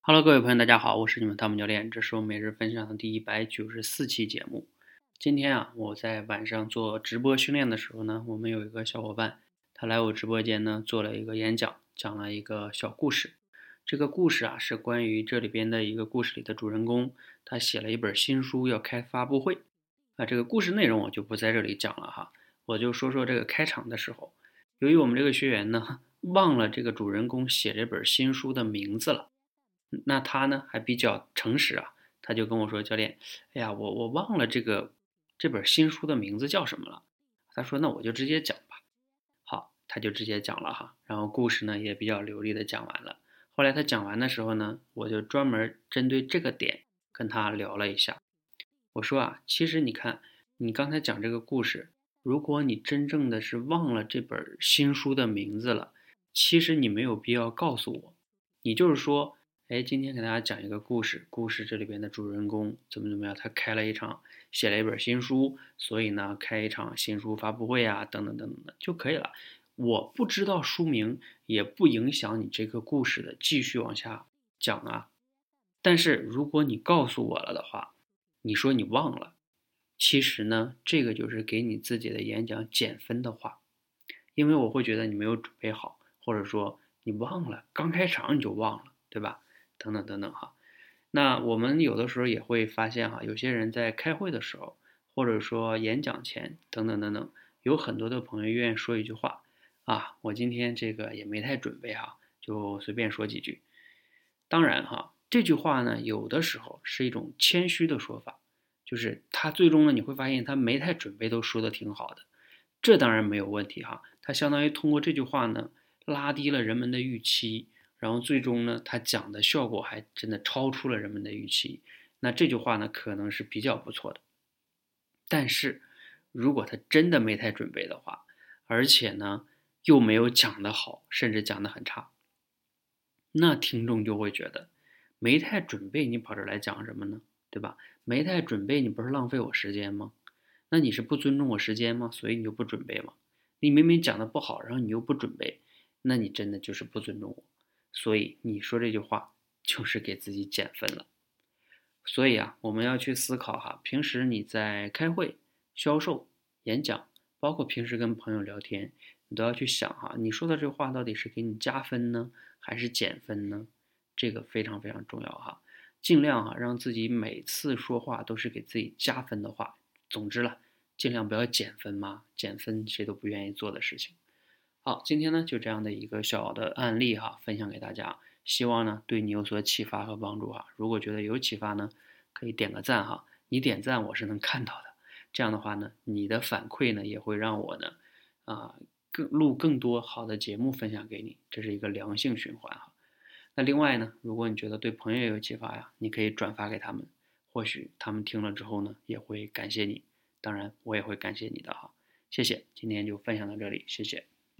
Hello，各位朋友，大家好，我是你们汤姆教练，这是我每日分享的第194期节目。今天啊，我在晚上做直播训练的时候呢，我们有一个小伙伴，他来我直播间呢做了一个演讲，讲了一个小故事。这个故事啊是关于这里边的一个故事里的主人公，他写了一本新书要开发布会。这个故事内容我就不在这里讲了哈，我就说说这个开场的时候，由于我们这个学员呢忘了这个主人公写这本新书的名字了。那他呢还比较诚实啊，他就跟我说：“教练，哎呀，我忘了这本新书的名字叫什么了。”他说：“那我就直接讲吧。”好，他就直接讲了哈，然后故事呢也比较流利的讲完了。后来他讲完的时候呢，我就专门针对这个点跟他聊了一下。我说啊，其实你看，你刚才讲这个故事，如果你真正的是忘了这本新书的名字了，其实你没有必要告诉我，你就是说，哎，今天给大家讲一个故事，故事这里边的主人公怎么样，他写了一本新书，所以呢，开一场新书发布会啊，等等等等的就可以了。我不知道书名，也不影响你这个故事的继续往下讲啊。但是如果你告诉我了的话，你说你忘了，其实呢，这个就是给你自己的演讲减分的话，因为我会觉得你没有准备好，或者说你忘了，刚开场你就忘了，对吧？等等等等哈。那我们有的时候也会发现哈，有些人在开会的时候，或者说演讲前等等等等，有很多的朋友愿意说一句话啊，我今天这个也没太准备哈，就随便说几句。当然哈，这句话呢，有的时候是一种谦虚的说法，就是他最终呢，你会发现他没太准备都说的挺好的，这当然没有问题哈。他相当于通过这句话呢，拉低了人们的预期，然后最终呢，他讲的效果还真的超出了人们的预期。那这句话呢，可能是比较不错的。但是，如果他真的没太准备的话，而且呢，又没有讲得好，甚至讲得很差，那听众就会觉得没太准备，你跑这来讲什么呢？对吧？没太准备，你不是浪费我时间吗？那你是不尊重我时间吗？所以你就不准备吗？你明明讲的不好，然后你又不准备，那你真的就是不尊重我。所以你说这句话就是给自己减分了。所以啊，我们要去思考哈，平时你在开会、销售、演讲，包括平时跟朋友聊天，你都要去想哈，你说的这话到底是给你加分呢，还是减分呢？这个非常非常重要哈，尽量哈让自己每次说话都是给自己加分的话。总之了，尽量不要减分嘛，减分谁都不愿意做的事情。好，今天呢就这样的一个小的案例哈，分享给大家，希望呢对你有所启发和帮助哈。如果觉得有启发呢，可以点个赞哈，你点赞我是能看到的。这样的话呢，你的反馈呢也会让我呢，录更多好的节目分享给你，这是一个良性循环哈。那另外呢，如果你觉得对朋友有启发呀，你可以转发给他们，或许他们听了之后呢，也会感谢你，当然我也会感谢你的哈。谢谢，今天就分享到这里，谢谢。